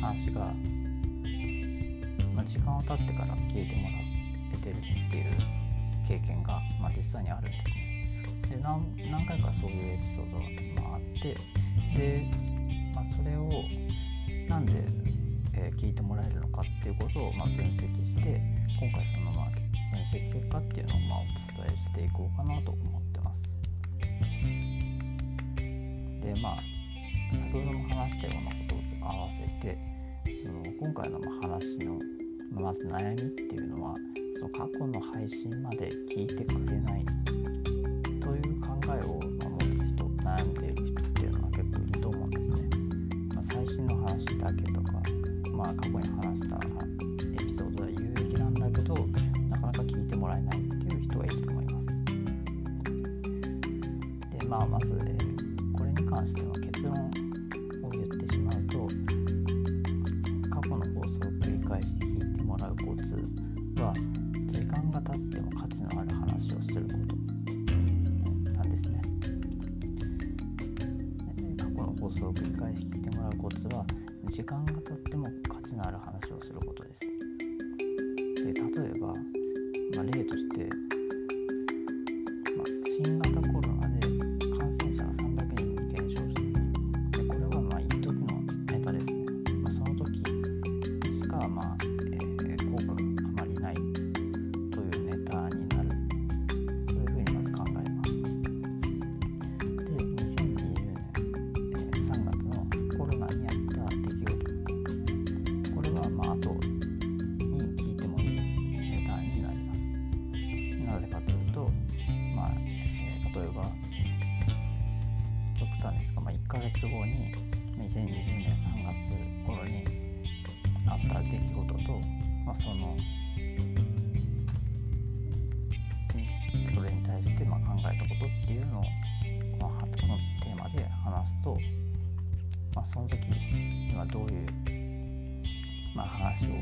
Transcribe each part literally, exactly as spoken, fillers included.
話が、まあ、時間を経ってから聞いてもらえてるっていう経験が、まあ、実際にあるんですね。で 何, 何回かそういうエピソードが、まあ、あって、で、まあ、それをなんで、えー、聞いてもらえるのかっていうことを、まあ、分析して、今回その、まあ、分析結果っていうのを、まあ、お伝えしていこうかなと思ってます。で、まあ先ほども話したようなことと合わせて、その今回の話のまず悩みっていうのは、その過去の配信まで聞いてくれないという考えを持つ人、悩んでいる人っていうのは結構いると思うんですね。まあ、最新の話だけとか、まあ、過去に話したエピソードは有益なんだけど、なかなか聞いてもらえないっていう人がいると思います。で、まあ、まず、えー、これに関しての結論を言ってしまうと、過去の放送を繰り返し聞いてもらうコツは、時間が経っても価値のある話をすることなんですね。過去の放送を繰り返し聞いてもらうコツは、時間が経っても価値のある話をすることです。で、例えば、まあ、例として、まあ、新型コロナで感染者がさんびゃくにんに減少した。で、これはまあ一時のネタですね。まあ、その時しか、まあえー、効果があまりないというネタになる。そういうふうにまず考えます。で、にせんにじゅうねん、えー、さんがつのコロナにあった出来事。これはまあ後に聞いてもいいネタになります。なぜかというと、まあえー、例えば極端ですが、まあ、いっかげつごににせんにじゅうねんさんがつ頃にあった出来事と、まあ、そのそれに対してまあ考えたことっていうのをこの、このテーマで話すと、まあ、その時にはどういう、まあ、話を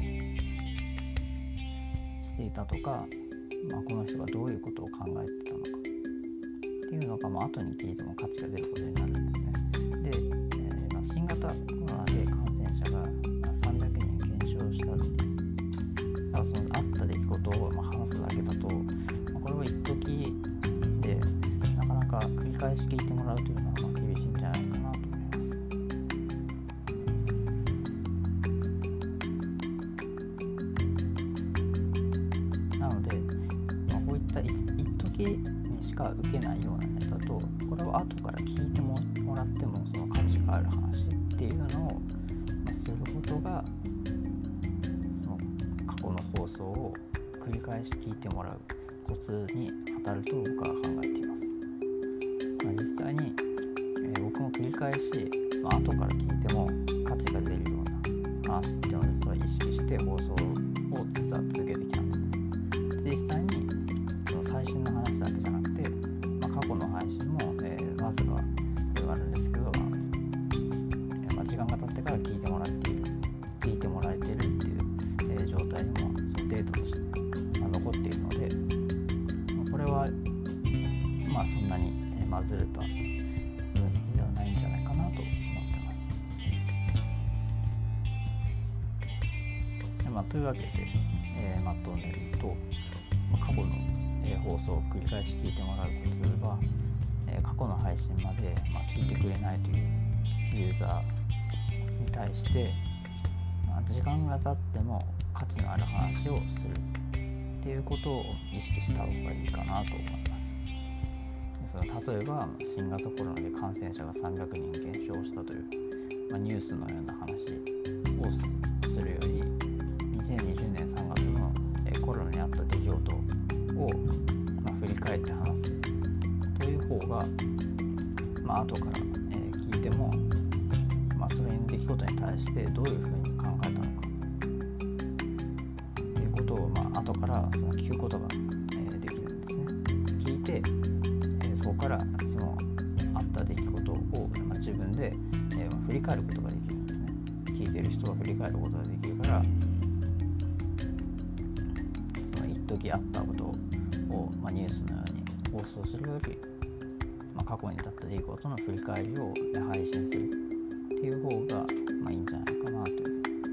していたとか、まあ、この人がどういうことを考えてたのかっていうのが、まあ後に聞いても価値が出ることになるんですね。で、えーまあ、新型コロナで感染者がさんびゃくにん減少したっていう、だからそのあった出来事をまあ話すだけだと、まあ、これは一時でなかなか繰り返し聞いてもらうというのはまあ厳しいんじゃないかなと思います。なので、まあ、こういった一時にしか受けないようなネタと、これを後から聞いてもらってもその価値がある話っていうのを、まあ、することが、その過去の放送を繰り返し聞いてもらうコツに当たると僕は考えています。まあ、実際に、えー、僕も繰り返し、まあ、後から聞いても価値が出るような話っていうのを実は意識して放送を実は続けてきたんですね。実際にその最新の話だけじゃなくて、まあ、過去の配信も、えー、わずかではあるんですけど、まあえーまあ、時間が経ってから聞いてもらっている聞いてもらえているっていう、えー、状態にもそのデータとして、まあ、残っているので、まあ、これはまあそんなに、えー、まずれた分析ではないんじゃないかなと思ってます。で、まあ、というわけで、えー、まとめると、まあ、過去の放送を繰り返し聞いてもらうコツは、えー、過去の配信まで、まあ、聞いてくれないというユーザーに対して、まあ、時間が経っても価値のある話をするっていうことを意識した方がいいかなと思います。その例えば新型コロナで感染者がさんびゃくにん減少したという、まあ、ニュースのような話をするより、にせんにじゅうねんさんがつの、えー、コロナにあった出来事を、まあ、振り返って話すという方が、まあ後から、えー、聞いても、まあ、それに出来事に対してどういうふうに考えたのかということを、まあ後からその聞くことが、えー、できるんですね。聞いて、えー、そこからそのあった出来事を、まあ、自分で、えー、振り返ることができるんですね。聞いてる人が振り返ることができるから、その一時あったことを、まあ、ニュースのように放送するより、まあ、過去にだった出来事の振り返りを配信するっていう方が、まあ、いいんじゃないかなというふうに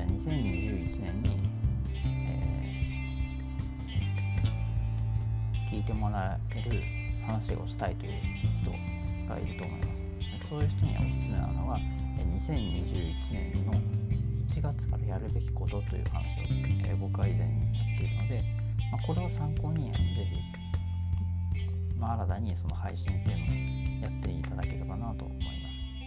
にせんにじゅういちねんに、えー、聞いてもらえる話をしたいという人がいると思います。そういう人にはおすすめなのはにせんにじゅういちねんのいちがつからやるべきことという話を、えー、僕は以前にやっているので、まあ、これを参考にぜひ、まあ、新たにその配信っていうのをやっていただければなと思います。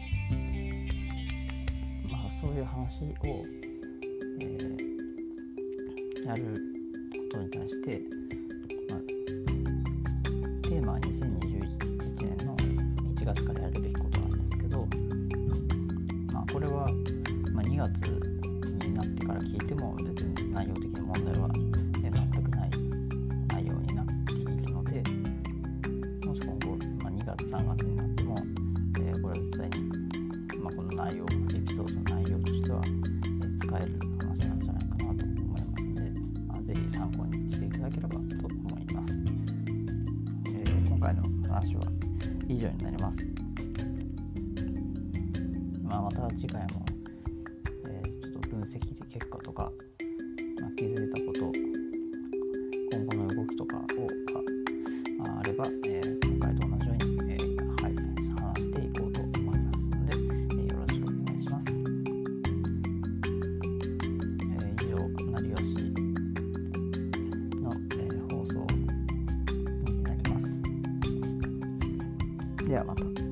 まあ、そういう話を、えー、やることに対して、まあ、テーマはにせんにじゅういちねんのいちがつからやるべきことなんですけど、まあ、これは、まあ、にがつになってから聞いても別に内容的に問題は、ね、全くない内容になっているので、もし今後、まあ、にがつさんがつになっても、えー、これは実際に、まあ、この内容エピソードの内容としては、えー、使える話なんじゃないかなと思いますので、まあ、ぜひ参考にしていただければと思います。えー、今回の話は以上になります。まあ、また次回も、えー、ちょっと分析結果とか、まあ、気づいたこと、今後の動きとかをが、まあ、あれば、えー、今回と同じように、えーはい、話していこうと思いますので、えー、よろしくお願いします。えー、以上、なりよしの、えー、放送になります。ではまた。